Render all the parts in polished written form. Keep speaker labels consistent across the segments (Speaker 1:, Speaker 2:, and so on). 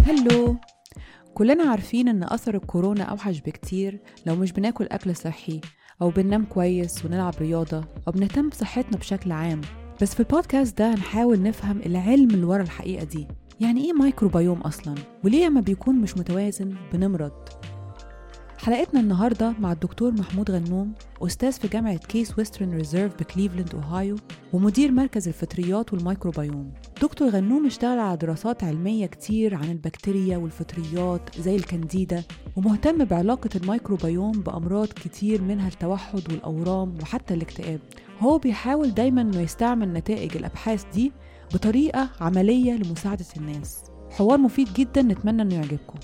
Speaker 1: هلو، كلنا عارفين ان اثر الكورونا اوحش بكتير لو مش بناكل اكل صحي او بننام كويس ونلعب رياضة او بنهتم بصحتنا بشكل عام. بس في البودكاست ده هنحاول نفهم العلم اللي ورا الحقيقة دي. يعني ايه مايكروبيوم اصلا؟ وليه لما بيكون مش متوازن بنمرض؟ حلقتنا النهاردة مع الدكتور محمود غنوم، أستاذ في جامعة كيس ويسترن ريزيرف بكليفلاند أوهايو ومدير مركز الفطريات والميكروبيوم. دكتور غنوم اشتغل على دراسات علمية كتير عن البكتيريا والفطريات زي الكانديدا، ومهتم بعلاقة الميكروبيوم بأمراض كتير منها التوحد والأورام وحتى الاكتئاب. هو بيحاول دايما إنه يستعمل نتائج الأبحاث دي بطريقة عملية لمساعدة الناس. حوار مفيد جدا، نتمنى إنه يعجبكم.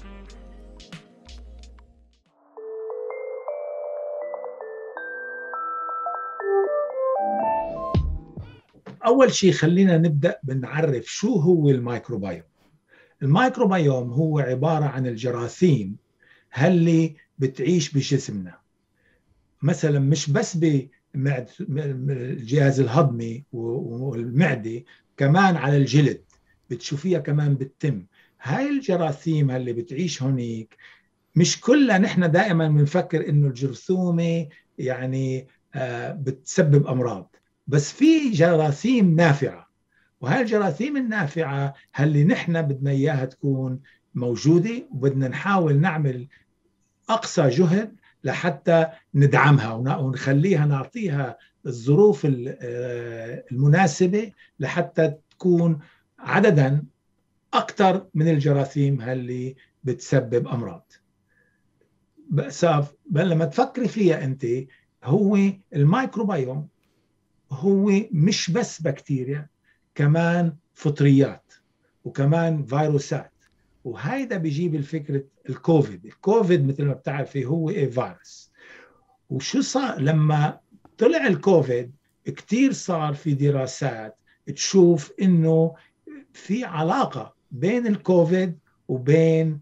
Speaker 2: أول شيء خلينا نبدأ بنعرف شو هو الميكروبيوم. الميكروبيوم هو عبارة عن الجراثيم اللي بتعيش بجسمنا، مثلا مش بس بالجهاز الهضمي والمعدة، كمان على الجلد بتشوفيها، كمان بالتم. هاي الجراثيم اللي بتعيش هونيك مش كلها نحن دائما بنفكر إنه الجرثومة يعني بتسبب أمراض، بس في جراثيم نافعة، وهاي الجراثيم النافعة اللي نحن بدنا إياها تكون موجودة، وبدنا نحاول نعمل أقصى جهد لحتى ندعمها ونخليها، نعطيها الظروف المناسبة لحتى تكون عددا أكثر من الجراثيم اللي بتسبب أمراض. بس لما تفكري فيها أنت، هو الميكروبيوم هو مش بس بكتيريا، كمان فطريات وكمان فيروسات. وهيدا بيجيب الفكرة الكوفيد مثل ما بتعرفي هو فيروس. وشو صار لما طلع الكوفيد؟ كتير صار في دراسات تشوف إنه في علاقة بين الكوفيد وبين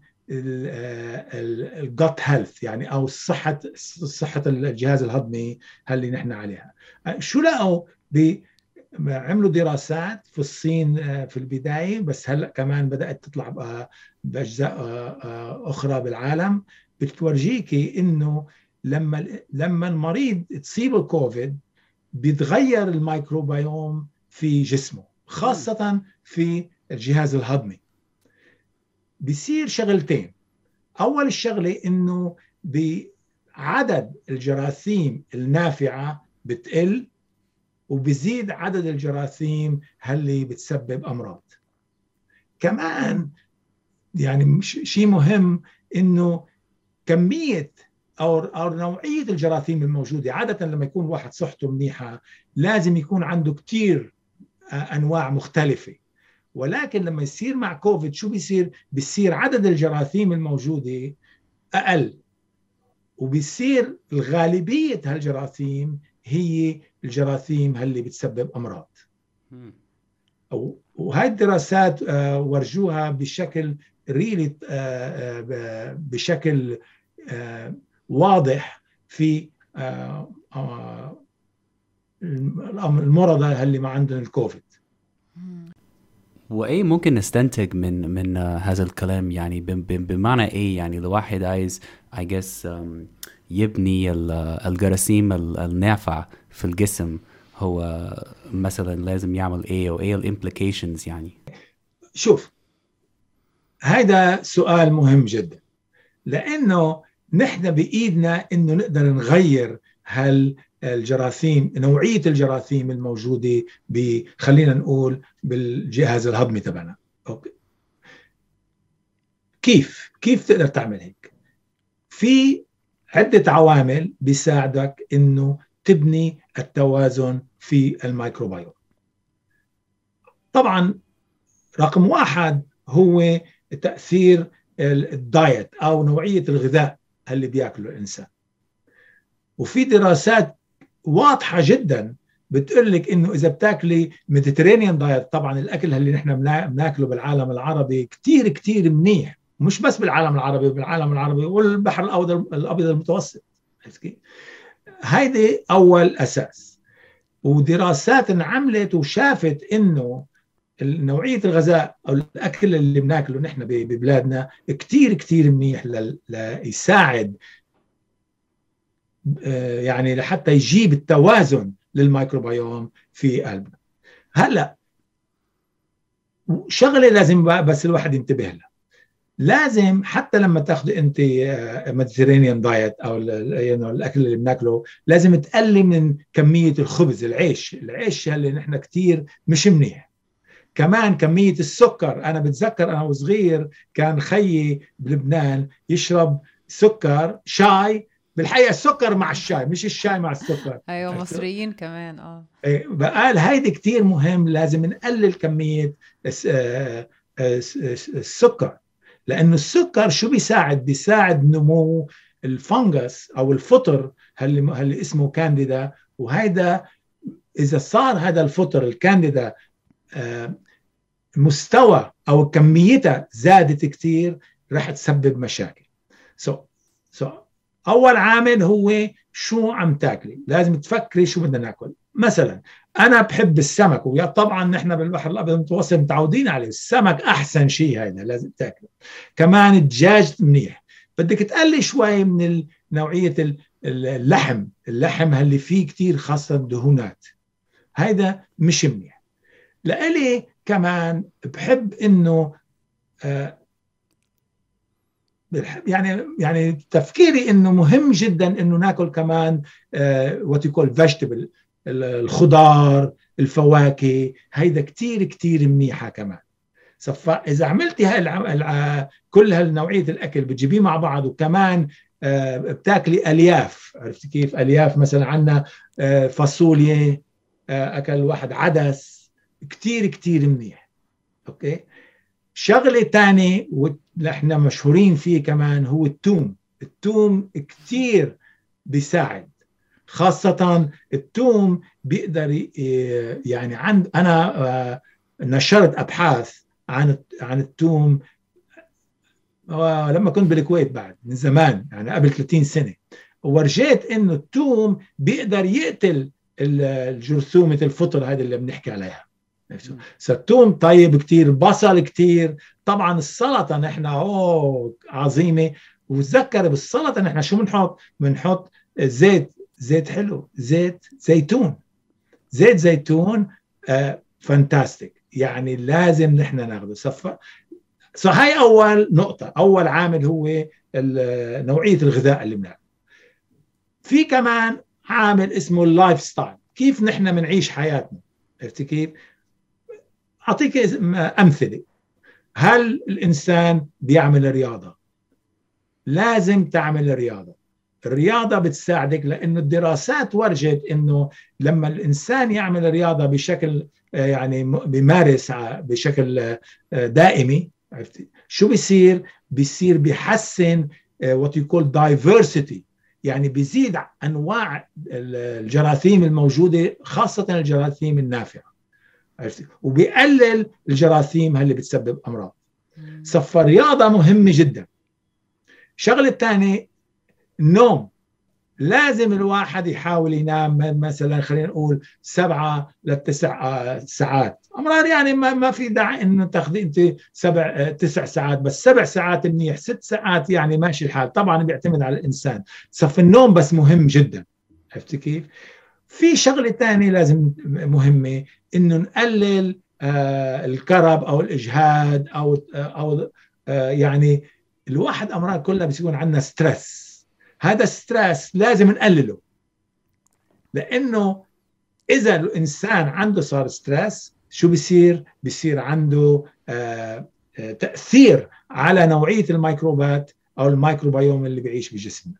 Speaker 2: الجت هيلث، يعني او صحه الجهاز الهضمي اللي نحن عليها. شو لقوا؟ عملوا دراسات في الصين في البدايه، بس هلا كمان بدات تطلع باجزاء اخرى بالعالم، بتورجيكي انه لما المريض تصيب الكوفيد بيتغير الميكروبيوم في جسمه، خاصه في الجهاز الهضمي. بيصير شغلتين. أول الشغلة إنه بعدد الجراثيم النافعة بتقل، وبزيد عدد الجراثيم اللي بتسبب أمراض. كمان يعني شيء مهم إنه كمية أو نوعية الجراثيم الموجودة. عادة لما يكون واحد صحته منيحة لازم يكون عنده كتير أنواع مختلفة، ولكن لما يصير مع كوفيد شو بيصير؟ بيصير عدد الجراثيم الموجودة أقل، وبيصير الغالبية هالجراثيم هي الجراثيم اللي بتسبب أمراض. وهاي الدراسات ورجوها بشكل بشكل واضح في المرضى اللي ما عندهم الكوفيد.
Speaker 3: وإيه ممكن نستنتج من هذا الكلام؟ يعني بمعنى إيه؟ يعني لو واحد عايز I guess يبني الجراثيم النافعة في الجسم، هو مثلا لازم يعمل إيه وإيه الامبليكيشنز؟ يعني
Speaker 2: شوف، هذا سؤال مهم جدا، لأنه نحن بإيدنا إنه نقدر نغير الجراثيم، نوعية الجراثيم الموجودة خلينا نقول بالجهاز الهضمي تبعنا. أوكي. كيف تقدر تعمل هيك؟ في عدة عوامل بيساعدك إنه تبني التوازن في الميكروبيوم. طبعا رقم واحد هو تأثير الدايت أو نوعية الغذاء اللي بيأكله الإنسان. وفي دراسات واضحة جدا بتقول لك إنه إذا بتاكلي ميديترينيان دايت، طبعا الأكل اللي نحن بناكله بالعالم العربي كتير كتير منيح، مش بس بالعالم العربي والبحر الأبيض المتوسط. هيدي أول أساس. ودراسات انعملت وشافت إنه نوعية الغذاء أو الأكل اللي بناكله نحن ببلادنا كتير كتير منيح ليساعد يعني لحتى يجيب التوازن للميكروبيوم في قلبنا. هلأ شغلة لازم بس الواحد ينتبه لها، لازم حتى لما تاخذ انت ميديترينيان دايت او الاكل اللي بناكله لازم تقلل من كميه الخبز، العيش اللي نحن كتير مش منيح. كمان كميه السكر، انا بتذكر انا وصغير كان خيي بلبنان يشرب سكر شاي، بالحقيقه السكر مع الشاي مش الشاي مع السكر.
Speaker 1: ايوه مصريين كمان
Speaker 2: بقال هيدي كتير مهم، لازم نقلل كميه السكر، لأنه السكر شو بيساعد نمو الفنجس أو الفطر اللي اسمه كانديدا، وهيدا إذا صار هذا الفطر الكانديدا مستوى أو كميتها زادت كتير رح تسبب مشاكل. أول عامل هو شو عم تاكلي، لازم تفكري شو بدنا ناكل. مثلا أنا بحب السمك، وطبعا نحن بالبحر الأبيض المتوسط متعودين عليه، السمك أحسن شيء هذا لازم تاكله. كمان الدجاج منيح، بدك تقلي شوي من نوعية اللحم اللي فيه كتير خاصة دهونات، هذا مش منيح. لإلي كمان بحب إنه يعني تفكيري إنه مهم جدا إنه ناكل كمان what you call vegetable، الخضار الفواكه، هيدا كتير كتير منيحة كمان. إذا عملتي كل هالنوعية الأكل بتجيبيه مع بعض، وكمان بتاكلي ألياف، عرفتي كيف؟ ألياف مثلا عنا فاصوليا، أكل واحد عدس، كتير كتير منيح. أوكي. شغلة تانية ونحن مشهورين فيه كمان هو التوم كتير بيساعد، خاصة التوم بيقدر يعني أنا نشرت أبحاث عن التوم لما كنت بالكويت بعد من زمان، يعني قبل 30 سنة، ورجيت إنه التوم بيقدر يقتل الجرثومة الفطر هذه اللي بنحكي عليها. التوم طيب كتير، بصل كتير، طبعا السلطة نحن عظيمة. وتذكر بالسلطة نحن شو بنحط زيت حلو، زيت زيتون فانتاستيك، يعني لازم نحن ناخده. هاي أول نقطة، أول عامل هو نوعية الغذاء اللي بناكله. في كمان عامل اسمه اللايف ستايل، كيف نحن بنعيش حياتنا، عرفتي كيف؟ أعطيك أمثلة. هل الإنسان بيعمل رياضة؟ لازم تعمل رياضة. الرياضة بتساعدك، لأنه الدراسات ورجت أنه لما الإنسان يعمل رياضة بشكل يعني بيمارس بشكل دائمي، عرفتي شو بيصير بيحسن what you call diversity، يعني بيزيد أنواع الجراثيم الموجودة، خاصة الجراثيم النافعة، عرفتي، وبيقلل الجراثيم اللي بتسبب أمراض. رياضة مهمة جدا. شغلة تانية النوم، لازم الواحد يحاول ينام مثلا خلينا نقول 7 ل9 ساعات. أمرار يعني ما في داعي إنه تاخذي أنت 9 ساعات، بس 7 ساعات منيح، 6 ساعات يعني ماشي الحال. طبعا بيعتمد على الإنسان. النوم بس مهم جدا، عرفتي كيف؟ في شغلة تانية لازم مهمة، إنه نقلل الكرب أو الإجهاد أو يعني الواحد أمرار كلها بيكون عندنا ستريس. هذا الستريس لازم نقلله، لأنه إذا الإنسان عنده صار ستريس شو بيصير عنده تأثير على نوعية الميكروبات أو الميكروبيوم اللي بيعيش بجسمنا.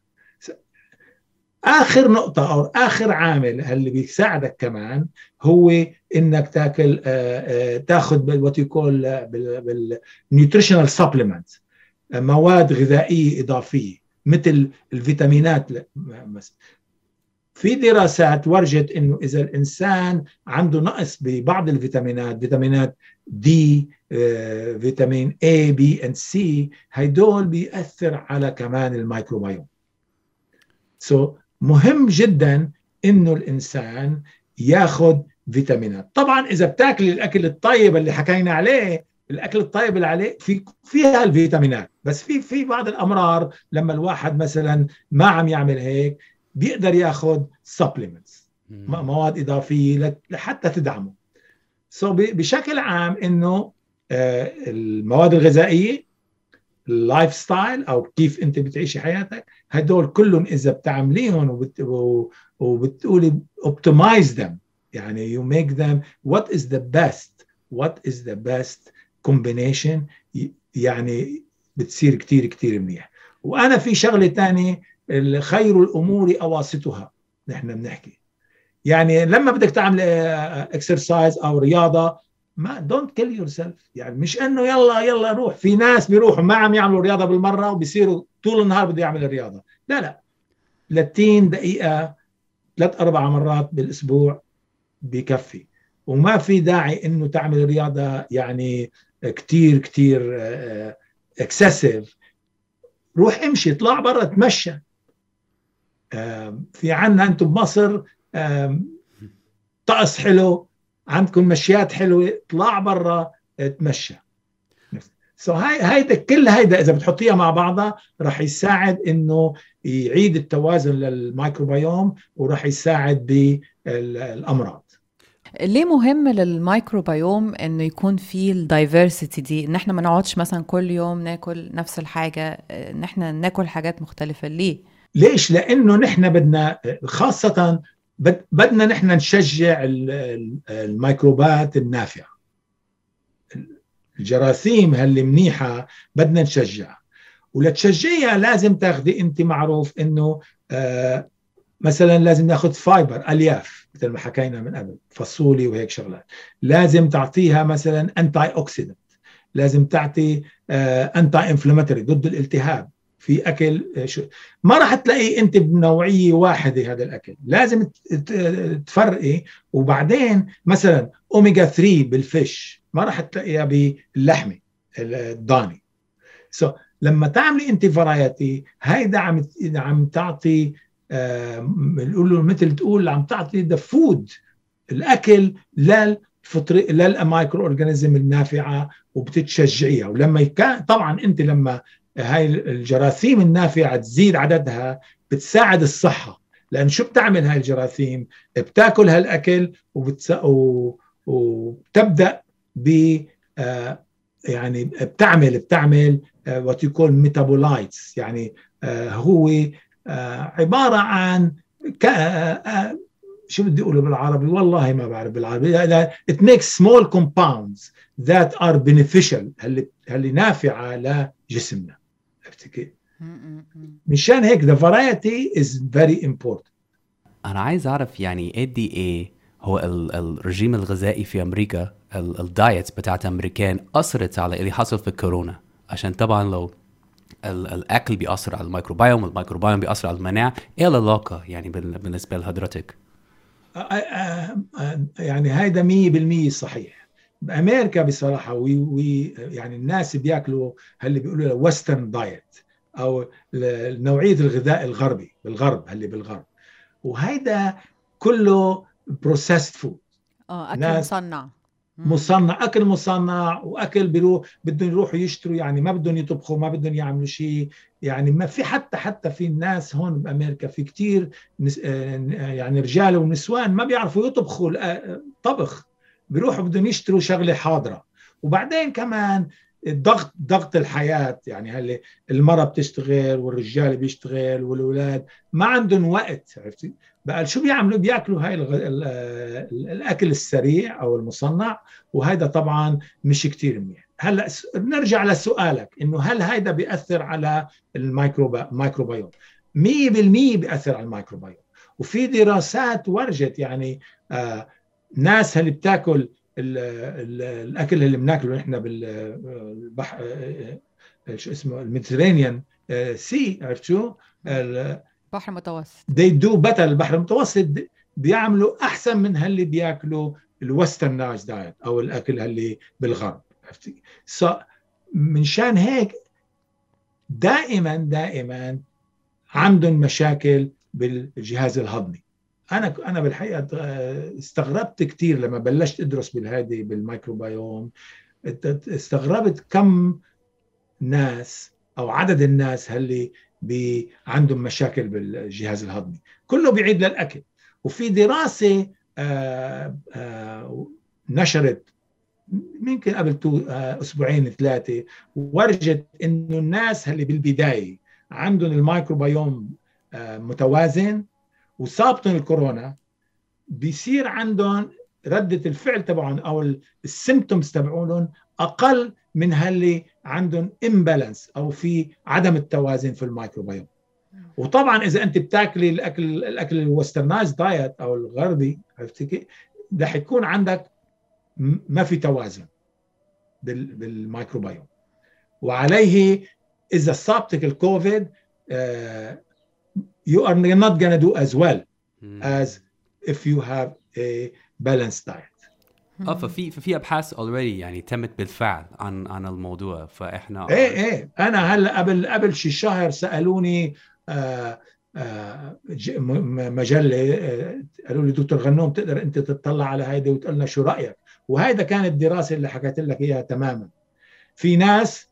Speaker 2: آخر نقطة أو آخر عامل اللي بيساعدك كمان هو إنك تاخذ what you call بالnutritional supplement، مواد غذائية إضافية مثل الفيتامينات. في دراسات ورجت إنه إذا الإنسان عنده نقص ببعض الفيتامينات، فيتامينات دي، فيتامين A B and C، هيدول بيأثر على كمان الميكروبيوم. مهم جدا إنه الإنسان ياخد فيتامينات. طبعا إذا بتاكل الأكل الطيب اللي حكينا عليه، الأكل الطيب اللي عليه فيها الفيتامينات، بس في بعض الأمراض لما الواحد مثلا ما عم يعمل هيك بيقدر ياخد supplements، مواد إضافية لحتى تدعمه. بشكل عام إنه المواد الغذائية، اللايف ستايل أو كيف أنت بتعيش حياتك، هدول كلهم إذا بتعمليهم وبتقولي optimize them، يعني you make them what is the best combination، يعني بتصير كتير كتير منيح. وأنا في شغلة تانية، خير الأمور أواسطها، نحن بنحكي يعني لما بدك تعمل اكسرسايز أو رياضة، ما don't kill yourself، يعني مش انه يلا روح. في ناس بيروحوا ما عم يعملوا رياضه بالمره وبيصيروا طول النهار بده يعمل الرياضه، لا 30 دقيقه 3-4 مرات بالاسبوع بكفي، وما في داعي انه تعمل رياضه يعني كتير اكسسيف. روح امشي، اطلع برا تمشى. في عنا انتم بمصر طقس حلو، عندكم مشيات حلوه، اطلع برا تمشى. هيدا كل هيدا اذا بتحطيها مع بعضها راح يساعد انه يعيد التوازن للميكروبيوم، وراح يساعد بالامراض.
Speaker 1: ليه مهم للميكروبيوم انه يكون فيه الدايفرسيتي دي، ان احنا ما نقعدش مثلا كل يوم ناكل نفس الحاجه، ان احنا ناكل حاجات مختلفه؟
Speaker 2: ليش؟ لانه نحن بدنا خاصه بدنا نحن نشجع الميكروبات النافعة، الجراثيم اللي منيحة بدنا نشجعها. ولتشجعها لازم تاخدي انت، معروف انه مثلا لازم ناخد فايبر، الياف مثل ما حكينا من قبل، فصولي وهيك شغلات. لازم تعطيها مثلا انتي اوكسيدنت، لازم تعطي انتي انفلاماتوري ضد الالتهاب. في أكل ما راح تلاقي أنت بنوعية واحدة هذا الأكل، لازم تفرقي. وبعدين مثلا أوميجا 3 بالفش ما راح تلاقيها باللحمة الضاني. لما تعملي أنت فرايتي، هيدا عم تعطي مثل تقول عم تعطي the food، الأكل للمايكرو أورجانيزم النافعة، وبتتشجعيها. ولما طبعا أنت لما هاي الجراثيم النافعة تزيد عددها بتساعد الصحة، لأن شو بتعمل هاي الجراثيم؟ بتاكل هالأكل وبتبدأ يعني بتعمل what you call metabolites، يعني هو عبارة عن شو بدي أقوله بالعربي؟ والله ما بعرف بالعربي. it makes small compounds that are beneficial، اللي نافعة لجسمنا. مشان هيك the variety is very important.
Speaker 3: أنا عايز أعرف يعني FDA هو الرجيم الغذائي في أمريكا، الدايت بتاعت أمريكان أثرت على اللي حصل في الكورونا، عشان طبعا لو الأكل بيأثر على الميكروبيوم والميكروبيوم بيأثر على المناعة، إيه العلاقة يعني بالنسبة لحضرتك؟
Speaker 2: يعني هيدا 100% صحيح. بأمريكا بصراحة يعني الناس بياكلوا اللي بيقولوا له ويسترن دايت، أو نوعية الغذاء الغربي بالغرب، اللي بالغرب، وهيدا كله بروسيسد فود،
Speaker 1: أكل
Speaker 2: مصنع، أكل مصنع، وأكل بدهم يروحوا يشتروا، يعني ما بدهم يطبخوا، ما بدهم يعملوا شيء. يعني ما في حتى في الناس هون بأمريكا في كتير يعني رجال ونسوان ما بيعرفوا يطبخوا طبخ، بيروحوا بدهم يشتروا شغلة حاضرة. وبعدين كمان ضغط الحياة، يعني هل المرأة بتشتغل والرجال بيشتغل والأولاد ما عندهم وقت، عرفتي؟ بقى شو بيعملوا؟ بياكلوا هاي الأكل السريع أو المصنع، وهذا طبعا مش كتير منيح. هلا نرجع لسؤالك، إنه هل هذا بيأثر على الميكروبيوم؟ 100% بيأثر على الميكروبيوم. وفي دراسات ورجت يعني ناس اللي بتاكل الأكل اللي بناكله نحن بالبحر، شو اسمه، الميديترينيان سي، عرفت شو؟
Speaker 1: البحر المتوسط.
Speaker 2: they do better. البحر المتوسط بيعملوا أحسن من اللي بياكلوا الوسترنايز دايت أو الأكل اللي بالغرب، عرفتي؟ من شان هيك دائما عندهم مشاكل بالجهاز الهضمي انا بالحقيقه استغربت كثير لما بلشت ادرس بالهادي بالميكروبيوم. استغربت كم ناس او عدد الناس اللي عندهم مشاكل بالجهاز الهضمي، كله بيعيد للاكل. وفي دراسه نشرت يمكن قبل اسبوعين 3 ورجت انه الناس اللي بالبدايه عندهم الميكروبيوم متوازن وصابتهم الكورونا، بيصير عندهم ردة الفعل تبعهم او السيمبتومز تبعهم اقل من اللي عندهم امبالانس او في عدم التوازن في الميكروبيوم. وطبعا اذا انت بتاكلي الاكل الوسترنايز دايت او الغربي، عرفتي كيف، رح يكون عندك ما في توازن بالميكروبيوم. وعليه اذا صابتك الكوفيد you are not going to do as well as if you have a balanced diet.
Speaker 3: ففي ابحاث already يعني تمت بالفعل عن الموضوع. فاحنا
Speaker 2: ايه انا هلا قبل شي شهر سالوني مجله، قالوا لي دكتور غنوم تقدر انت تطلع على هيدا وتقول لنا شو رايك. وهيدا كانت الدراسه اللي حكيت لك اياها تماما. في ناس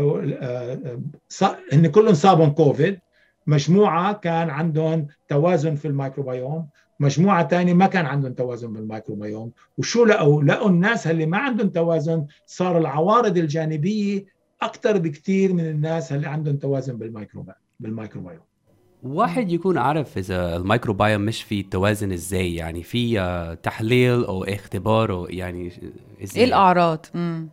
Speaker 2: هن كلهم صابهم كوفيد، مجموعه كان عندهم توازن في الميكروبيوم، مجموعه ثانيه ما كان عندهم توازن بالميكروبيوم. وشو لقوا الناس اللي ما عندهم توازن صار العوارض الجانبيه اكثر بكثير من الناس اللي عندهم توازن بالميكروبيوم.
Speaker 3: واحد يكون عارف اذا الميكروبيوم مش في توازن ازاي، يعني في تحليل او اختبار أو يعني
Speaker 1: ايه الاعراض؟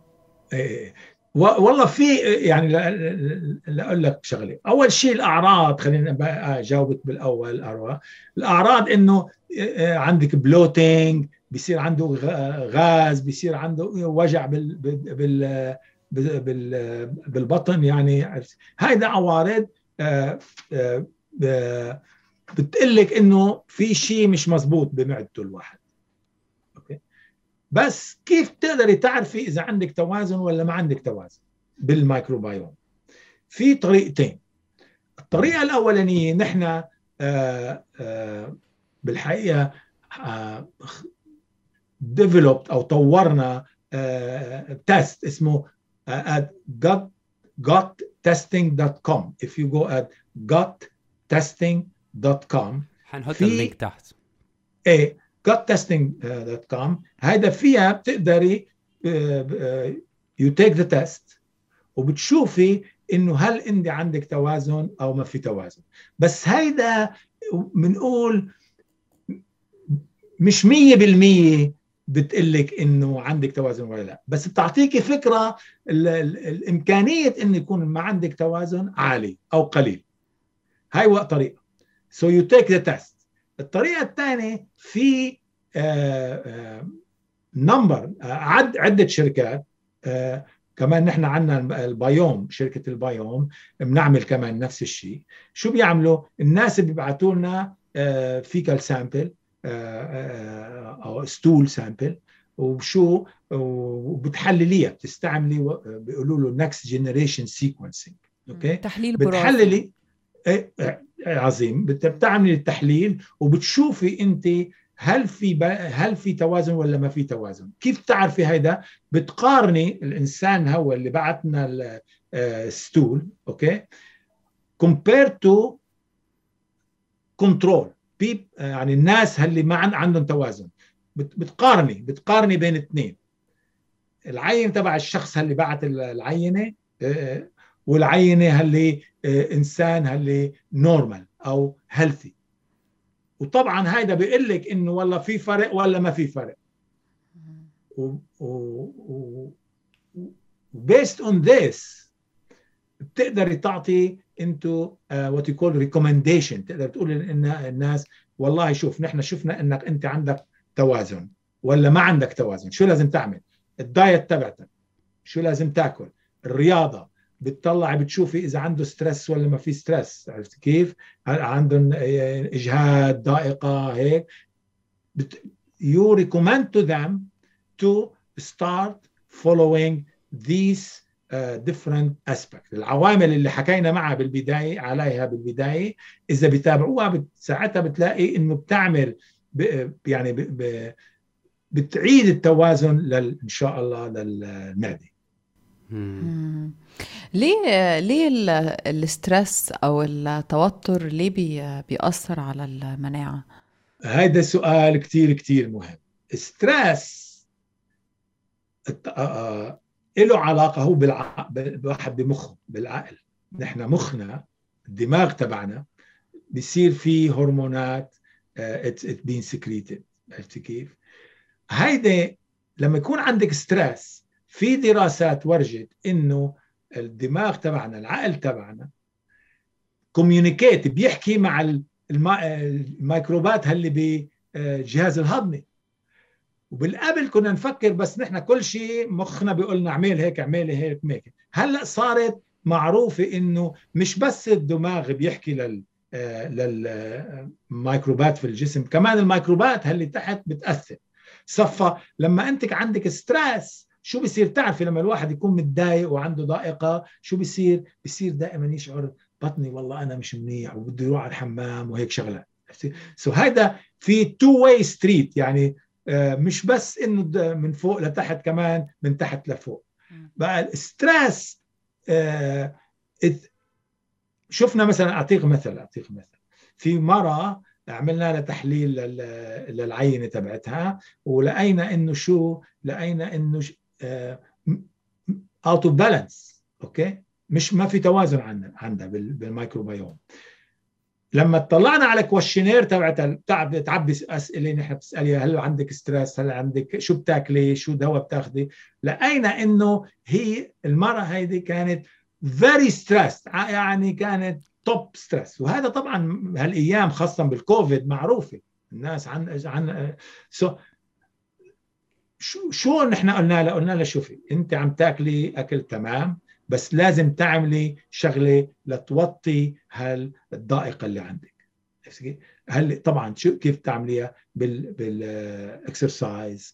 Speaker 2: والله في يعني لاقول لك شغله. اول شيء الاعراض، خلينا اجاوبك بالاول. اروى الاعراض انه عندك بلوتينج، بيصير عنده غاز، بيصير عنده وجع بالبطن. يعني هيدا عوارض بتقلك انه في شيء مش مزبوط بمعدته الواحد. اوكي، بس كيف تقدري تعرفي اذا عندك توازن ولا ما عندك توازن بالميكروبيوم؟ في طريقتين. الطريقه الاولانيه نحن بالحقيقه developed او طورنا تيست اسمه at guttesting.com. if you go at guttesting.com
Speaker 3: حنحط اللينك تحت.
Speaker 2: ايه guttesting.com. هيدا فيها بتقدري you take the test وبتشوفي انه هل انت عندك توازن او ما في توازن. بس هيدا بنقول مش 100% بتقلك انه عندك توازن ولا لا، بس بتعطيكي فكرة الامكانية ان يكون ما عندك توازن عالي او قليل. هاي وقت طريقة. so you take the test. الطريقة الثانية في نمبر عدة شركات كمان. نحن عندنا البايوم، شركة البايوم بنعمل كمان نفس الشيء. شو بيعملوا الناس اللي بيبعتوا لنا؟ فيكال سامبل او ستول سامبل، وشو وبتحلليها، بتستعملي بيقولوا له نكست جينيريشن سيكونسينج. اوكي،
Speaker 1: تحليل
Speaker 2: بتحللي. عظيم. بتعملي التحليل وبتشوفي انت هل في توازن ولا ما في توازن. كيف تعرفي هيدا؟ بتقارني الانسان هو اللي بعتنا الستول، اوكي، compared to control يعني الناس اللي ما عندهم توازن. بتقارني بين اثنين، العين تبع الشخص اللي بعت العينه والعينه اللي انسان اللي نورمال او هيلثي. وطبعا هيدا بيقول لك انه والله في فرق ولا ما في فرق. based on this بتقدري تعطي انتو what you call recommendation. تقدر تقول ان الناس والله شوف نحن شفنا انك انت عندك توازن ولا ما عندك توازن. شو لازم تعمل؟ الدايت تبعتك، شو لازم تاكل، الرياضه، بتطلع بتشوفي اذا عنده ستريس ولا ما في ستريس. عرفت كيف؟ عندهم اجهاد، ضائقه، هيك. you recommend to them to start following these different aspects. العوامل اللي حكينا معها عليها بالبداية إذا بتابعوها ساعتها بتلاقي إنه بتعمل يعني بتعيد التوازن إن شاء الله للمعدة.
Speaker 1: ليه الاسترس أو التوتر ليه بيأثر على المناعة؟
Speaker 2: هذا سؤال كتير كتير مهم. السترس له علاقة هو بالواحد بمخه، بالعقل. نحن مخنا، الدماغ تبعنا بيصير فيه هرمونات it's being secreted. عرفت كيف؟ هيدا لما يكون عندك ستريس، في دراسات ورجت انه الدماغ تبعنا، العقل تبعنا كوميونيكيت، بيحكي مع الميكروبات اللي بالجهاز الهضمي. وبالقبل كنا نفكر بس نحن كل شيء مخنا بيقولنا اعمل هيك اعمل هيك ميك. هلا صارت معروفه انه مش بس الدماغ بيحكي للميكروبات في الجسم، كمان الميكروبات اللي تحت بتأثر. صفى لما انت عندك ستريس شو بيصير؟ تعرفي لما الواحد يكون متضايق وعنده ضائقة شو بيصير دائما يشعر بطني والله انا مش منيح وبده يروح على الحمام وهيك شغلات. هيدا في تو واي ستريت، يعني مش بس انه من فوق لتحت، كمان من تحت لفوق. بقى الستريس شفنا مثلا، اعطيك مثل في مرة عملنا لها تحليل للعينة تبعتها، ولقينا انه out of balance. اوكي، مش ما في توازن عندها بالميكروبيوم. لما اطلعنا على كويشنير تعبي اسئله نحن بتساليها، هل عندك ستريس، هل عندك شو بتاكلي، شو دواء بتاخذي، لقينا انه هي المراه هيدي كانت very stressed، يعني كانت توب ستريس. وهذا طبعا هالايام خاصه بالكوفيد معروفه الناس عن شو نحن قلنا لها شوفي انت عم تاكلي اكل تمام، بس لازم تعملي شغله لتوطي هالضائقه اللي عندك. هل طبعا شو كيف تعمليها؟ بالاكسرسايز،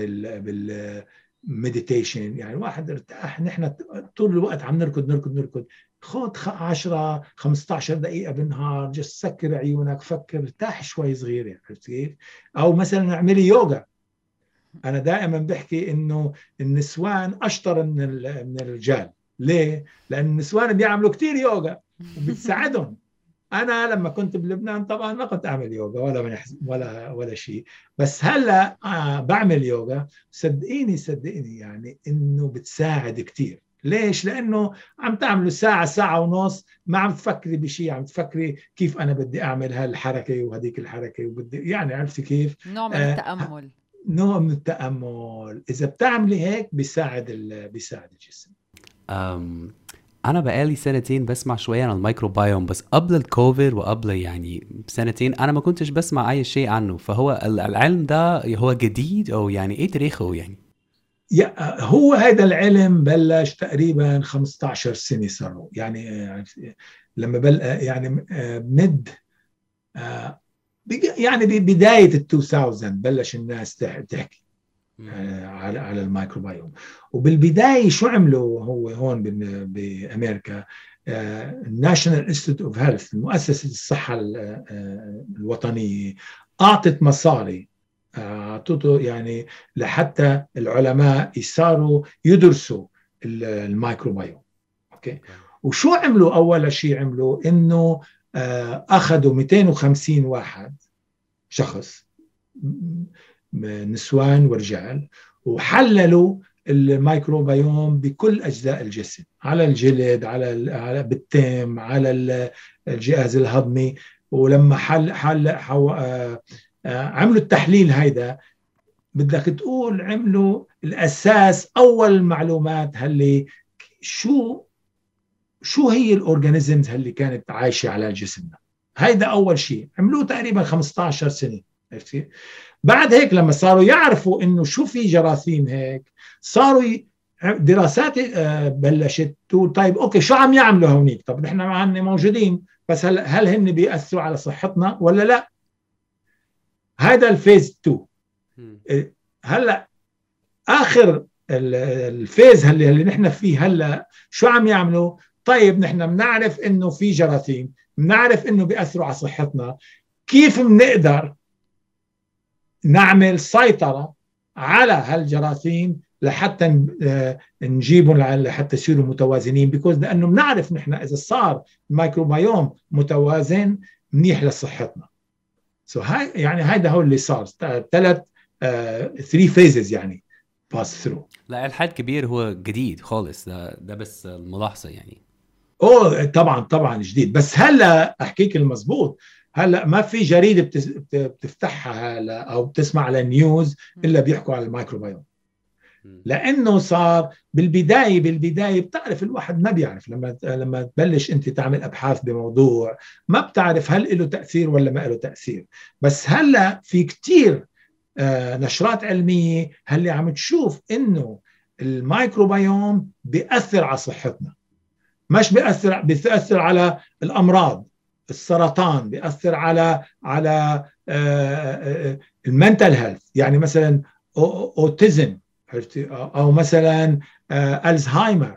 Speaker 2: بالمديتيشن. يعني واحد ارتاح، نحن طول الوقت عم نركض خد 10-15 دقيقه بالنهار، جس سكر عيونك، فكر، ارتاح شوي صغير. عرفت كيف؟ او مثلا اعملي يوغا. انا دائما بحكي انه النسوان اشطر من الرجال. ليه؟ لان النسوان بيعملوا كتير يوغا وبتساعدهم. انا لما كنت بلبنان طبعا ما كنت اعمل يوغا ولا شيء، بس هلا بعمل يوغا. صدقيني يعني انه بتساعد كتير. ليش؟ لانه عم تعملوا ساعة ونص، ما عم تفكري بشيء، عم تفكري كيف انا بدي اعمل هالحركة وهديك الحركة، وبدي يعني عرفتي كيف؟
Speaker 1: نوع من التأمل.
Speaker 2: نوع من التأمل. إذا بتعملي هيك بيساعد الجسم.
Speaker 3: أنا بقالي 2 سنين بسمع شوية عن الميكروبيوم، بس قبل الكوفيد وقبل يعني 2 سنين أنا ما كنتش بسمع أي شيء عنه. فهو العلم ده هو جديد أو يعني إيه تاريخه يعني؟
Speaker 2: هو هذا العلم بلش تقريبا 15 سنة صاروا، يعني لما يعني يعني ببداية 2000 بلش الناس تحكي على الميكروبيوم. وبالبداية شو عملوا هو هون بأمريكا؟ الناشونال انستيتيوت اوف هيلث، مؤسسة الصحة الوطنية، أعطت مصاري، أعطته يعني لحتى العلماء يصاروا يدرسوا الميكروبيوم. أوكي. وشو عملوا؟ أول شيء عملوا إنه أخذوا 250 شخص، نسوان ورجال، وحللوا الميكروبيوم بكل أجزاء الجسم، على الجلد، على بالتم، على الجهاز الهضمي. ولما عملوا التحليل هيدا، بدك تقول عملوا الأساس، أول المعلومات اللي شو هي الأورجانيزمز اللي كانت عايشة على جسمنا. هيدا أول شيء عملوه تقريبا 15 سنة. عرفتي؟ بعد هيك لما صاروا يعرفوا إنه شو في جراثيم هيك، صاروا دراسات بلشت تقول طيب أوكي شو عم يعملوا هونيك؟ طب نحن معنا موجودين، بس هل هن بيأثروا على صحتنا ولا لا؟ هذا الفيز 2. هلا آخر الفيز اللي نحن فيه هلا، شو عم يعملوا؟ طيب نحن بنعرف إنه في جراثيم، بنعرف إنه بيأثروا على صحتنا، كيف بنقدر نعمل سيطرة على هالجراثيم لحتى نجيبهم لحتى يصيروا متوازنين، لأنه بنعرف نحن إذا صار الميكروبيوم متوازن منيح لصحتنا. هاي يعني هيدا هو اللي صار 3 phases يعني pass through.
Speaker 3: لا الحد كبير هو جديد خالص، ده بس الملاحظة يعني.
Speaker 2: طبعا جديد، بس هلا احكيك المزبوط، هلا ما في جريدة بتفتحها هلا او بتسمع على النيوز الا بيحكوا على الميكروبيوم، لانه صار بالبدايه بتعرف الواحد ما بيعرف لما تبلش انت تعمل ابحاث بموضوع ما بتعرف هل له تاثير ولا ما له تاثير. بس هلا في كتير نشرات علميه هل عم تشوف انه الميكروبيوم بيأثر على صحتنا، مش بيأثر على الامراض، السرطان، بيأثر على المنتل هيلث، يعني مثلا اوتيزم او مثلا الزهايمر،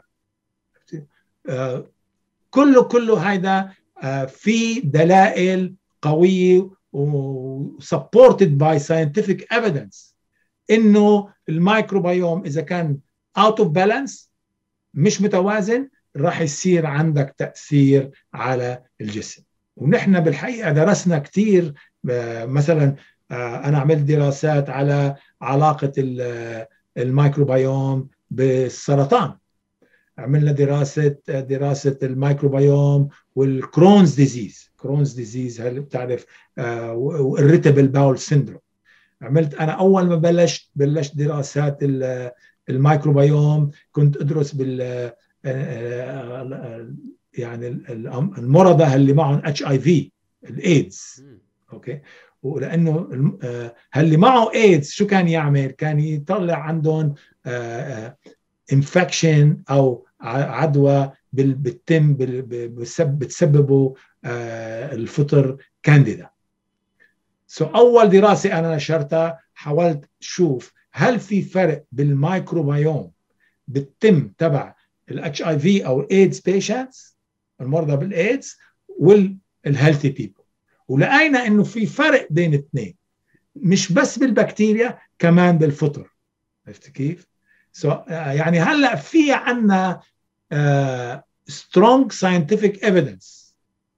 Speaker 2: كله هذا في دلائل قويه supported by scientific evidence انه الميكروبيوم اذا كان out of balance مش متوازن راح يصير عندك تأثير على الجسم. ونحن بالحقيقة درسنا كتير، مثلا أنا عملت دراسات على علاقة الميكروبيوم بالسرطان، عملنا دراسة الميكروبيوم والكرونز ديزيز هل بتعرف، والريتابل باول سيندروم. عملت أنا أول ما بلشت دراسات الميكروبيوم كنت أدرس يعني المرضى اللي معهم HIV الإيدز، أوكي، ولأنه اللي معه إيدز شو كان يعمل؟ كان يطلع عندهم infection أو عدوى بالتم بتسببه الفطر كانديدا. أول دراسة أنا نشرتها حاولت شوف هل في فرق بالميكروبيوم بالتم تبع HIV أو AIDS patients، المرضى بالإيدز، والهيلثي بيبل، ولقينا إنه في فرق بين الاثنين، مش بس بالبكتيريا كمان بالفطر. عرفت كيف؟ يعني هلأ في عنا strong scientific evidence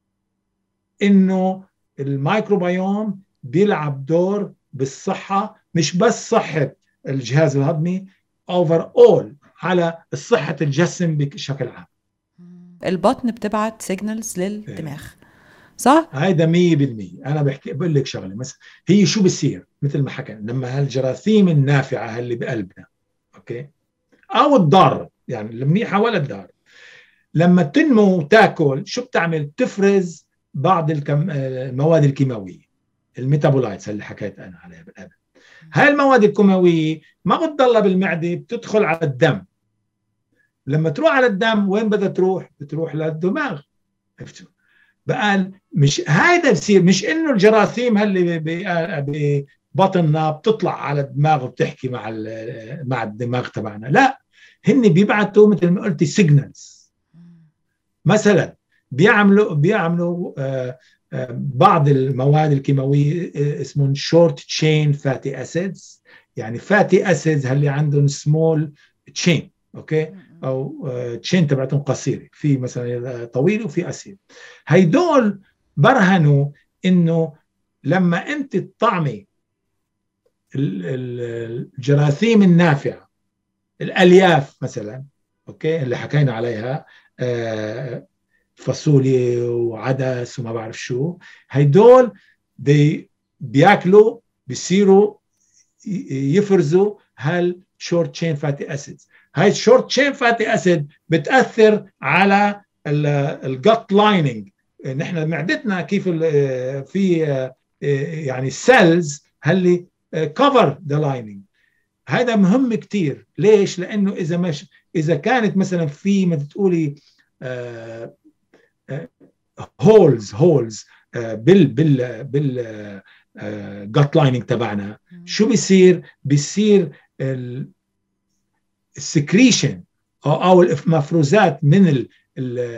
Speaker 2: إنه الميكروبيوم بيلعب دور بالصحة، مش بس صحة الجهاز الهضمي overall، على صحة الجسم بشكل عام.
Speaker 1: البطن بتبعت سيجنالز للدماغ، صح؟
Speaker 2: هيدا 100%. أنا بقول لك شغلة، مثلا هي شو بصير مثل ما حكينا لما هالجراثيم النافعة اللي بقلبنا، أوكي، أو الضار، يعني المنيحة ولا الضار، لما تنمو وتاكل شو بتعمل؟ تفرز بعض المواد الكيماوية، الميتابولايتس اللي حكيت أنا عليها بالقبل. هاي المواد الكيماوية ما بتضلها بالمعدة، بتدخل على الدم. لما تروح على الدم وين بدها تروح؟ بتروح للدماغ. عرفتوا؟ بقى مش هيدا بصير، مش إنه الجراثيم اللي ببطننا بتطلع على الدماغ وبتحكي مع الدماغ تبعنا، لا، هن بيبعتوا مثل ما قلتي سيجنالز. مثلا بيعملوا بعض المواد الكيماوية اسمهم شورت تشين فاتي أسيدز، يعني فاتي أسيدز اللي عندهم سمول تشين، أوكي، أو تشين تبعتهم قصيرة، في مثلا طويل وفي قصير. هيدول برهنوا إنه لما أنت تطعمي الجراثيم النافعة، الألياف مثلا، أوكي، اللي حكينا عليها، فاصوليا وعدس وما بعرف شو، هيدول بياكلوا بيصيروا يفرزوا هالشورت تشين فاتي أسيدز. هاي الشورت تشين فاتي أسيد بتأثر على الجت لايننج. نحن معدتنا كيف في يعني السيلز اللي cover the lining. هذا مهم كتير. ليش؟ لأنه إذا كانت مثلا في ما تقولي هولز بال gut lining تبعنا، شو بيصير السكريشن أو المفروزات من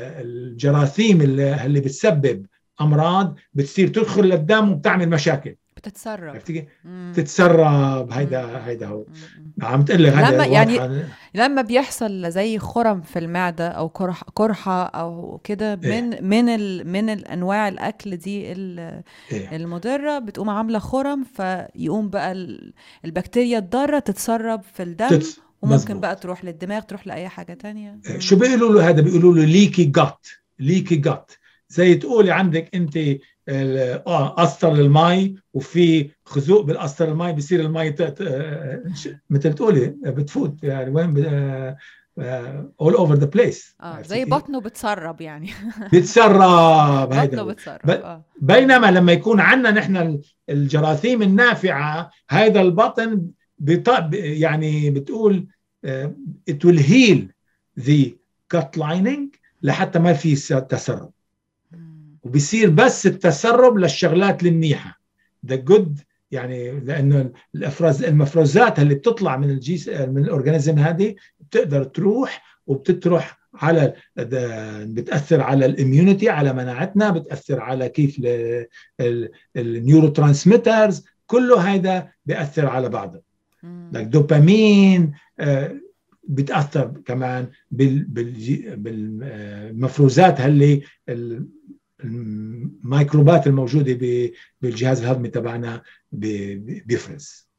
Speaker 2: الجراثيم اللي بتسبب أمراض، بتصير تدخل للدم وبتعمل مشاكل.
Speaker 1: بتتسرب.
Speaker 2: عرفتي تتسرب. هيدا هو عم تقول لك
Speaker 1: لما
Speaker 2: هذا
Speaker 1: يعني
Speaker 2: واضحة.
Speaker 1: لما بيحصل زي خرم في المعدة او قرحة او كده
Speaker 2: إيه.
Speaker 1: من الانواع الاكل دي
Speaker 2: إيه.
Speaker 1: المضرة، بتقوم عاملة خرم، فيقوم بقى البكتيريا الضارة تتسرب في الدم، وممكن بقى
Speaker 2: مزبوط.
Speaker 1: تروح للدماغ، تروح لأي حاجة تانية.
Speaker 2: شو بيقولوا له هذا؟ بيقولوا له ليكي جات. ليكي جات زي تقولي عندك انت قسطر المي وفي خزوق بالقسطر المي، بيصير المي مثل تقولي بتفوت يعني وين all over the place.
Speaker 1: زي بطنه بتسرب يعني.
Speaker 2: بتسرب.
Speaker 1: بطنه بتسرب.
Speaker 2: بينما لما يكون عندنا نحن الجراثيم النافعة، هذا البطن يعني بتقول it will heal the gut lining لحتى ما في تسرب، وبيصير بس التسرب للشغلات المنيحة the good، يعني لأنه المفرزات اللي بتطلع من من الأورجانيزم هذه بتقدر تروح وبتروح على بتأثر على الاميونيتي، على مناعتنا، بتأثر على كيف النيورو ترانسميترز، كله هذا بيأثر على بعضه. الدوبامين بتأثر كمان بالمفروزات اللي الميكروبات الموجودة بالجهاز الهضمي تبعنا بيفرز.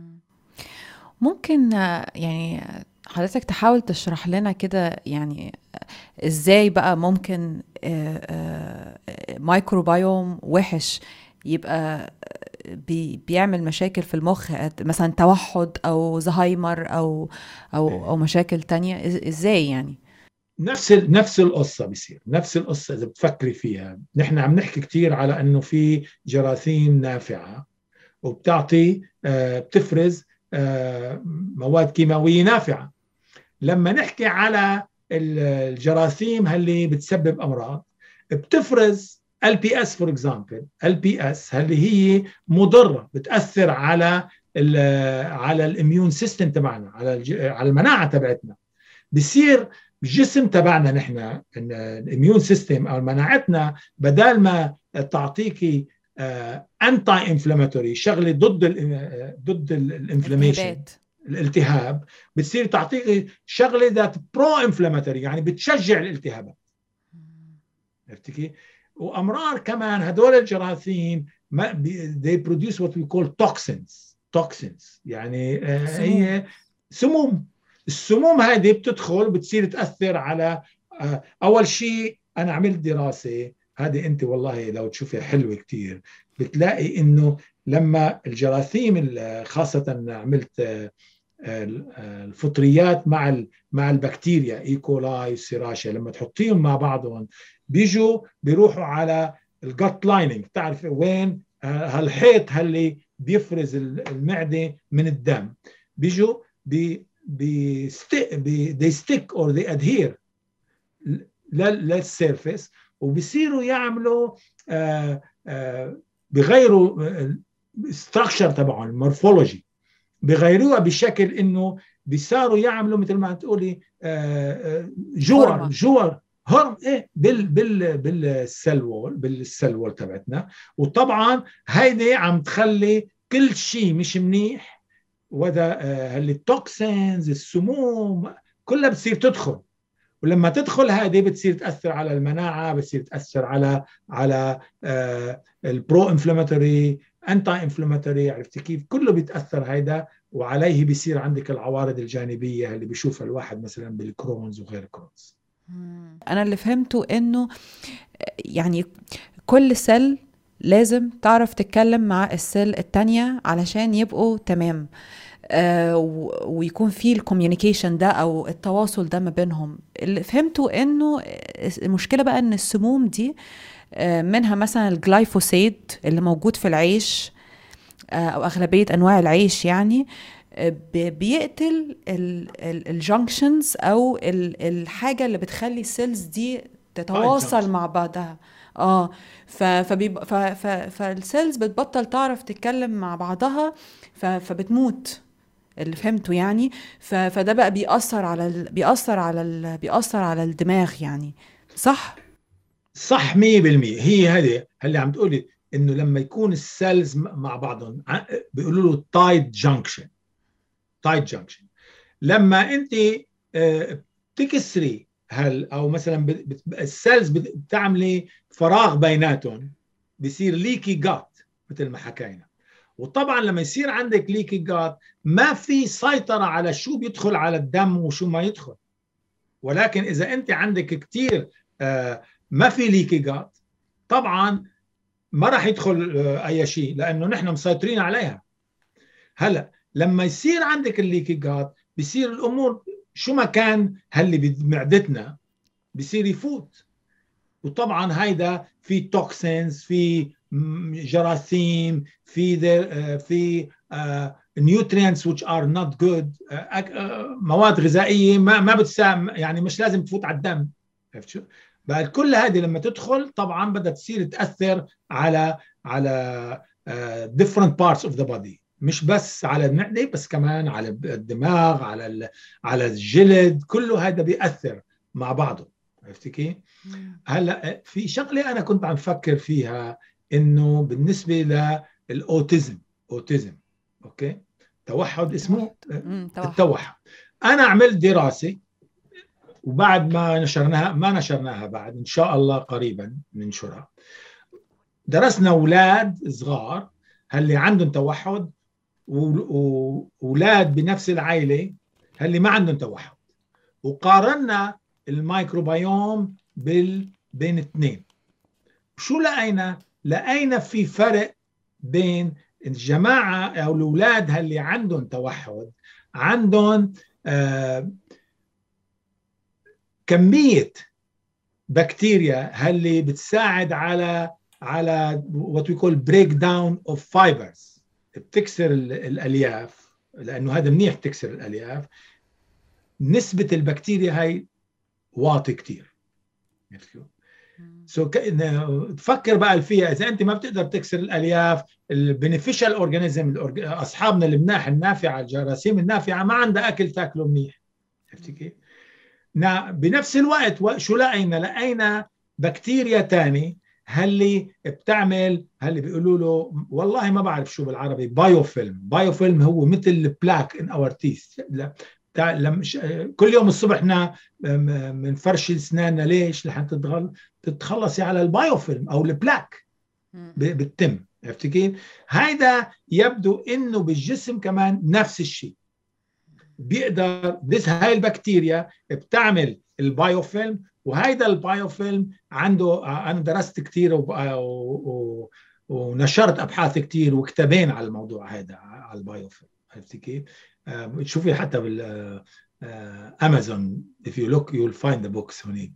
Speaker 1: ممكن يعني حضرتك تحاول تشرح لنا كده يعني ازاي بقى ممكن مايكروبيوم وحش يبقى بيعمل مشاكل في المخ، مثلا توحد او زهايمر او مشاكل تانية؟ ازاي يعني؟
Speaker 2: نفس القصة بيصير، نفس القصة إذا بتفكري فيها. نحن عم نحكي كتير على أنه في جراثيم نافعة وبتعطي بتفرز مواد كيماوية نافعة. لما نحكي على الجراثيم اللي بتسبب أمراض، بتفرز LPS for example. LPS اللي هي مضرة، بتأثر على الاميون سيستم تبعنا، على المناعة تبعتنا. بيصير الجسم تبعنا نحن الاميون سيستم او مناعتنا بدل ما تعطيكي انتي انفلاماتوري، شغله ضد الانفلاميشن، الالتهاب، بتصير تعطيكي شغله ذات برو انفلاماتوري، يعني بتشجع الالتهابات. عرفتي كيف؟ وامرار كمان هدول الجراثيم they produce what we call toxins يعني هي سموم. السموم هذه بتدخل بتصير تأثر على أول شيء. أنا عملت دراسة هذه، أنت والله لو تشوفها حلوة كتير، بتلاقي إنه لما الجراثيم خاصة عملت الفطريات مع البكتيريا إيكولاي والسيراشيا، لما تحطيهم مع بعضهم بيروحوا على الجت لايننج. تعرف وين هالحيط اللي بيفرز المعدة من الدم؟ بيجوا they stick or they adhere للسيرفيس، وبيصيروا يعملوا بغيروا structure تبعهم، المورفولوجي بغيروها بشكل انه بيصاروا يعملوا مثل ما تقولي جوار هرم ايه بالسيل وول تبعتنا. وطبعا هيدي عم تخلي كل شيء مش منيح، وذا التوكسينز السموم كلها بتصير تدخل. ولما تدخل هذه بتصير تأثر على المناعة، بتصير تأثر على البرو انفلاماتوري، انتي انفلاماتوري. عرفتي كيف؟ كله بيتأثر هيدا، وعليه بيصير عندك العوارض الجانبية اللي بيشوفها الواحد مثلا بالكرونز وغير كرونز.
Speaker 1: أنا اللي فهمته إنه يعني كل سيل لازم تعرف تتكلم مع السيل التانية علشان يبقوا تمام، ويكون فيه الكوميونيكيشن ده او التواصل ده ما بينهم. اللي فهمته انه المشكلة بقى ان السموم دي منها مثلا الجلايفوسيت اللي موجود في العيش او اغلبية انواع العيش، يعني بيقتل الجنكشنز او الحاجة اللي بتخلي السيلز دي تتواصل مع بعضها. فالسيلز بتبطل تعرف تتكلم مع بعضها، فبتموت. اللي فهمته يعني فده بقى بيأثر على الدماغ يعني. صح
Speaker 2: 100%. هي هذه اللي عم تقولي انه لما يكون السيلز مع بعضهم بيقولوا له تايت جانكشن. لما انت بتكسري او مثلا السيلز بتعملي فراغ بيناتهم، بيصير ليكي جات مثل ما حكينا. وطبعا لما يصير عندك ليكي جات ما في سيطرة على شو بيدخل على الدم وشو ما يدخل. ولكن إذا أنت عندك كتير ما في ليكي جات، طبعا ما راح يدخل أي شيء لأنه نحن مسيطرين عليها. هلأ لما يصير عندك الليكي جات بيصير الأمور شو ما كان هاللي بمعدتنا بيصير يفوت. وطبعا هيدا في توكسينز، في جراثيم، في nutrients which are not good، مواد غذائية ما بتساهم، يعني مش لازم تفوت على الدم. عرفت شو؟ بقى كل هذه لما تدخل طبعا بدها تصير تأثر على different parts of the body، مش بس على المعدة بس كمان على الدماغ، على الجلد، كله هذا بيأثر مع بعضه. عرفتي كيف؟ هلا في شغله انا كنت عم فكر فيها، انه بالنسبه للاوتيزم، اوكي، توحد اسمه التوحد. انا عملت دراسه وبعد ما نشرناها بعد ان شاء الله قريبا ننشرها. درسنا اولاد صغار اللي عندهم توحد واولاد بنفس العائله اللي ما عندهم توحد، وقارنا الميكروبيوم بين اثنين. شو لقينا في فرق بين الجماعة أو الأولاد اللي عندهم توحد، عندهم كمية بكتيريا اللي بتساعد على what we call breakdown of fibers، بتكسر الألياف، لأنه هذا منيح تكسر الألياف. نسبة البكتيريا هاي واطي كتير. تفكر بقى فيها، إذا أنت ما بتقدر تكسر الألياف، البنفيشال أورجانيزم، أصحابنا المناح النافعة، الجراثيم النافعة، ما عندها أكل تاكله منيح. عرفتي كيف؟ بنفس الوقت شو لقينا بكتيريا تاني اللي بتعمل اللي بيقولوا له والله ما بعرف شو بالعربي، بايوفيلم هو مثل البلاك ان اور تيث. كل يوم الصبح منفرش اسناننا، ليش؟ لحتى تتخلصي على البايوفيلم او البلاك بالتم. عرفتي كيف؟ هيدا يبدو انه بالجسم كمان نفس الشيء، بيقدر هاي البكتيريا بتعمل البايوفيلم، وهيدا البايوفيلم عنده، انا درست كثير ونشرت ابحاث كثير وكتابين على الموضوع هذا، على البايوفيلم. عرفتي كيف؟ تشوفي حتى بال امازون if you look you'll find the books هناك.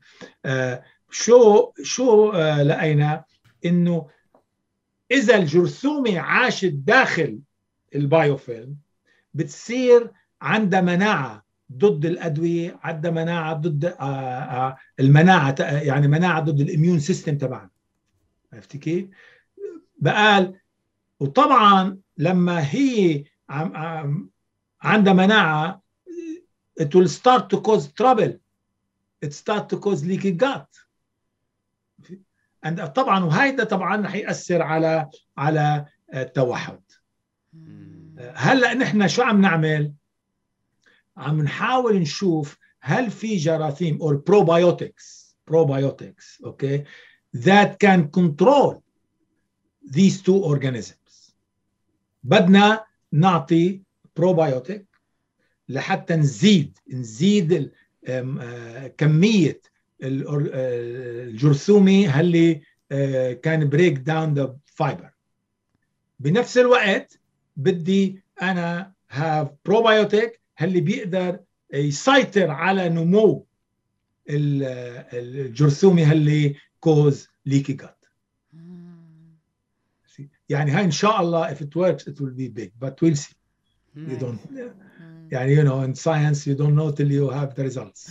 Speaker 2: شو لقينا؟ انه اذا الجرثومه عاشت داخل البايوفيلم بتصير عندها مناعه ضد الادويه، عندها مناعه ضد المناعه، يعني مناعه ضد الاميون سيستم تبعنا. عرفتي كيف؟ بقال وطبعا لما هي عندها مناعه it will start to cause trouble, it start to cause leaky gut. طبعا وهيدا طبعا رح يأثر على التوحد. هلا نحن شو عم نعمل؟ عم نحاول نشوف هل في جراثيم or probiotics okay that can control these two organisms. بدنا نعطي probiotic لحتى نزيد كمية الجرثومة اللي كان break down the fiber. بنفس الوقت بدي أنا have probiotic اللي بيقدر يسيطر على نمو الجرثومة اللي cause leaky gut. يعني هاي إن شاء الله if it works it will be big, but we'll see. You don't يعني you know in science you don't know till you have the results.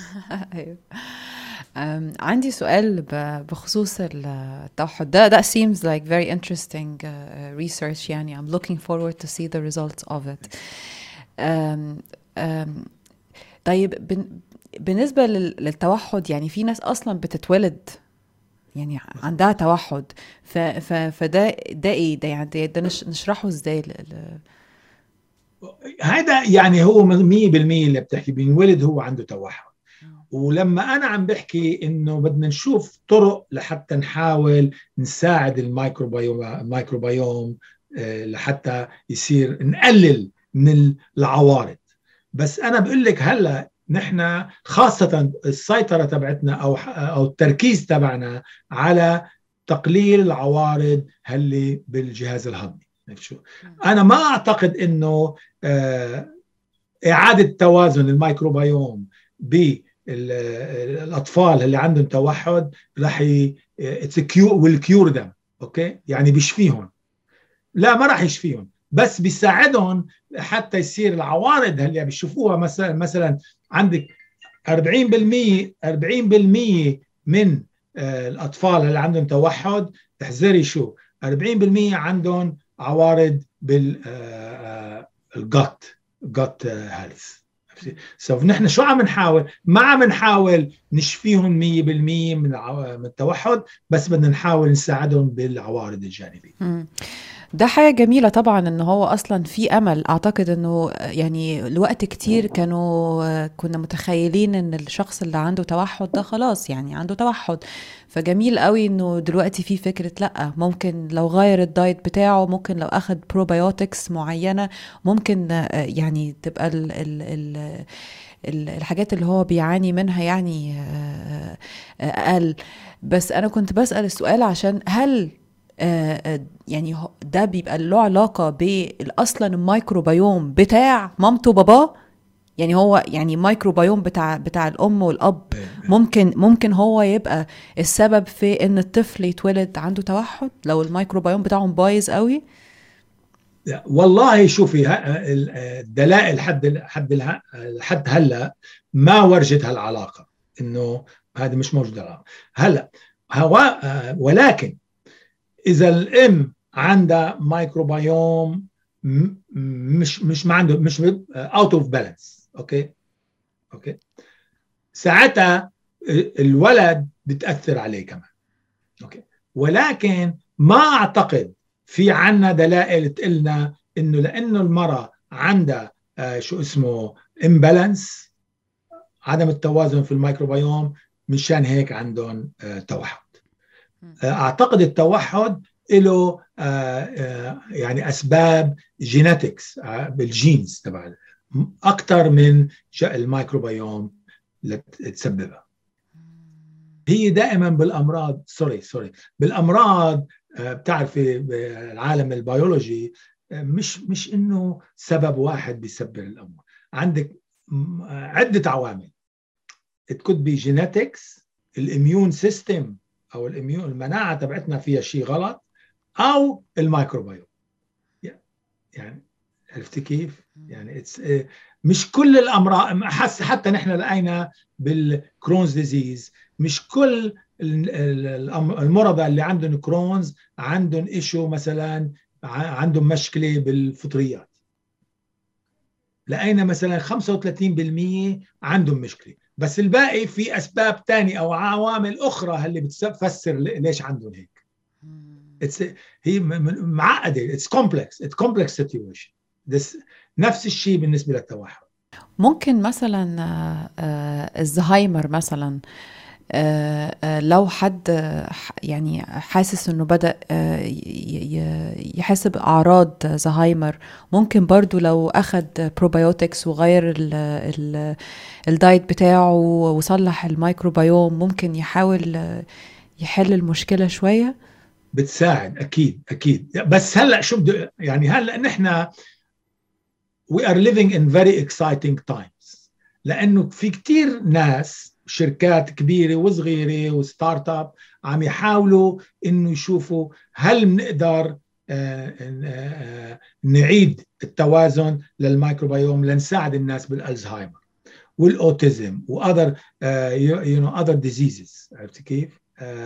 Speaker 1: عندي سؤال بخصوص التوحد ده seems like very interesting research، يعني I'm looking forward to see the results of it. طيب بالنسبة للتوحد، يعني في ناس أصلا بتتولد يعني عندها توحد، فده ايه ده يعني؟ ده نشرحه ازاي؟
Speaker 2: هذا يعني هو 100% اللي بتحكي بينولد هو عنده توحد. ولما أنا عم بحكي إنه بدنا نشوف طرق لحتى نحاول نساعد الميكروبيوم لحتى يصير نقلل من العوارض. بس أنا بقول لك هلأ نحن خاصة السيطرة تبعتنا أو التركيز تبعنا على تقليل العوارض اللي بالجهاز الهضمي. أنا ما أعتقد إنه إعادة توازن الميكروبيوم بالأطفال اللي عندهم توحد رح والكيور ده أوكي يعني بيشفيهم. لا، ما راح يشفيهم، بس بيساعدهم حتى يصير العوارض اللي بيشوفوها. مثلا عندك 40% من الأطفال اللي عندهم توحد، تحذري شو 40% عندهم عوارض بالجت هيلث. نحن شو عم نحاول؟ ما عم نحاول نشفيهم 100% من التوحد، بس بدنا نحاول نساعدهم بالعوارض الجانبية.
Speaker 1: ده حاجة جميلة طبعا، ان هو اصلا في امل. اعتقد انه يعني الوقت كتير كنا متخيلين ان الشخص اللي عنده توحد ده خلاص يعني عنده توحد، فجميل قوي انه دلوقتي في فكرة لا، ممكن لو غير الدايت بتاعه، ممكن لو اخد بروبيوتكس معينة، ممكن يعني تبقى الحاجات اللي هو بيعاني منها يعني اقل. بس انا كنت بسأل السؤال عشان هل يعني ده بيبقى له علاقة بالأصلا الميكروبيوم بتاع مامته وباباه؟ يعني هو يعني ميكروبيوم بتاع الأم والأب ممكن هو يبقى السبب في إن الطفل يتولد عنده توحد لو الميكروبيوم بتاعهم بايظ قوي؟
Speaker 2: والله شوفي، الدلائل حد هلا ما ورجت هالعلاقة، إنه هذه مش موجودة هلا. ولكن إذا الأم عندها ميكروبيوم مش ما عنده، مش out of balance، أوكي ساعتها الولد بتأثر عليه كمان، أوكي. ولكن ما أعتقد في عنا دلائل تقلنا إنه لأنه المرأة عندها شو اسمه imbalance، عدم التوازن في الميكروبيوم، مشان هيك عندهم توحد. أعتقد التوحد له يعني أسباب جيناتكس بالجينز تبع أكثر من الميكروبيوم اللي تسببها. هي دائما بالأمراض بالأمراض بتعرفي بالعالم البيولوجي مش إنه سبب واحد بيسبب الأمر، عندك عدة عوامل. it could be genetics، الإميون سيستم أو المناعة تبعتنا فيها شيء غلط، أو الميكروبيوم. يعني عرفتي كيف؟ يعني مش كل الأمراض، حتى نحن لقينا بالكرونز ديزيز مش كل المرضى اللي عندهم كرونز عندهم إيشو، مثلا عندهم مشكلة بالفطريات. لقينا مثلا 35% عندهم مشكلة، بس الباقي في أسباب تانية أو عوامل أخرى اللي بتفسر ليش عندهم هيك. هي معقدة، it's complex situation. نفس الشيء بالنسبة للتوحد.
Speaker 1: ممكن مثلا الزهايمر مثلا، لو حد يعني حاسس انه بدأ يحس بأعراض زهايمر، ممكن برضو لو أخد بروبيوتكس وغير الدايت بتاعه وصلح الميكروبيوم، ممكن يحاول يحل المشكلة شوية.
Speaker 2: بتساعد أكيد. بس هلأ شو بده يعني، هلأ نحن we are living in very exciting times، لأنه في كتير ناس، شركات كبيرة وصغيرة وستارت اب، عم يحاولوا إنه يشوفوا هل بنقدر نعيد التوازن للميكروبيوم لنساعد الناس بالألزهايمر والأوتيزم وother other diseases. عرفت كيف؟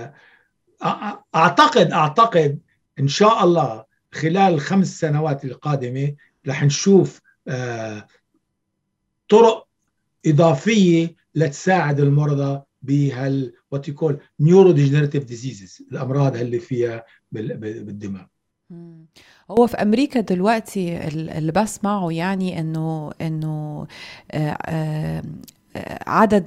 Speaker 2: أعتقد إن شاء الله خلال 5 سنوات القادمة رح نشوف طرق إضافية لتساعد المرضى what you call neurodegenerative diseases، الأمراض اللي فيها بالدماغ.
Speaker 1: هو في أمريكا دلوقتي اللي بسمعه يعني إنه عدد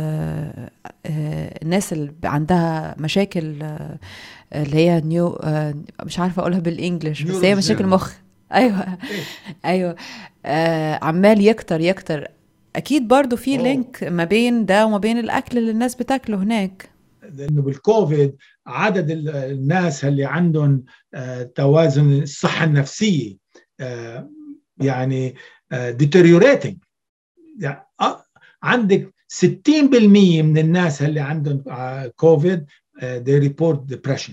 Speaker 1: الناس اللي عندها مشاكل اللي هي مش عارفة أقولها بالإنجليش بس هي مشاكل مخ. أيوة عمال يكتر. أكيد برضو في لينك ما بين ده وما بين الأكل اللي الناس بتاكله هناك،
Speaker 2: لأنه بالكوفيد عدد الناس اللي عندهم توازن الصحة النفسية يعني deteriorating. يعني عندك 60% من الناس اللي عندهم كوفيد they report depression.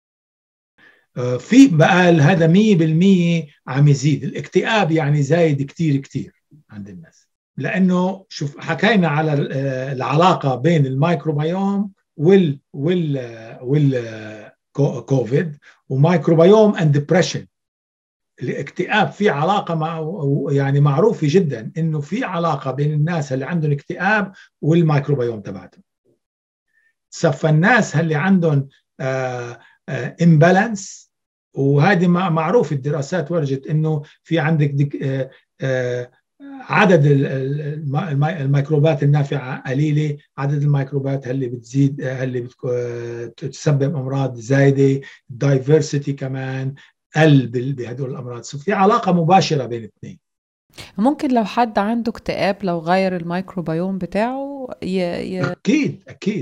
Speaker 2: في بقى هذا 100% عم يزيد الاكتئاب، يعني زايد كتير عند الناس. لأنه شوف حكينا على العلاقة بين الميكروبيوم والكوفيد وميكروبيوم and depression. الاكتئاب في علاقة يعني معروفة جدا إنه في علاقة بين الناس اللي عندهم اكتئاب والميكروبيوم تبعتهم. فالناس اللي عندهم imbalance، وهذه معروف الدراسات ورجت إنه في عندك عدد الميكروبات النافعة قليلة، عدد الميكروبات اللي بتزيد اللي بتسبب أمراض زايدة، diversity كمان قل بهدول الأمراض. في علاقة مباشرة بين الاثنين.
Speaker 1: ممكن لو حد عنده اكتئاب لو غير الميكروبيوم بتاعه
Speaker 2: أكيد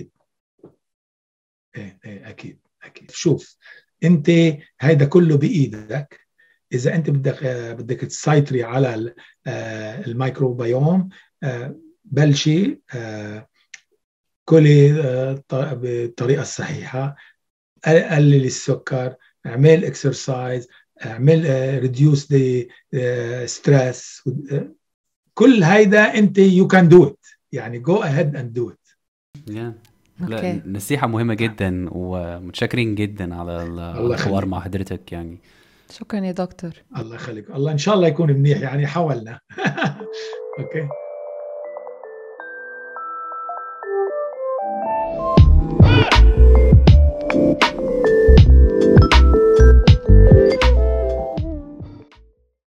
Speaker 2: أكيد. شوف أنت هيدا كله بإيدك. إذا أنت بدك تسيطري على الميكروبيوم، بلشي كلي بالطريقة الصحيحة، قلل السكر، اعمل اكسرسايز، اعمل ريديوس دي ستريس. كل هيدا أنت you can do it، يعني go ahead and do it.
Speaker 3: لا نصيحة مهمة جدا ومتشكرين جدا على الحوار مع حضرتك يعني.
Speaker 1: شكرا يا دكتور.
Speaker 2: الله يخليك. الله إن شاء الله يكون منيح يعني حاولنا. أوكي.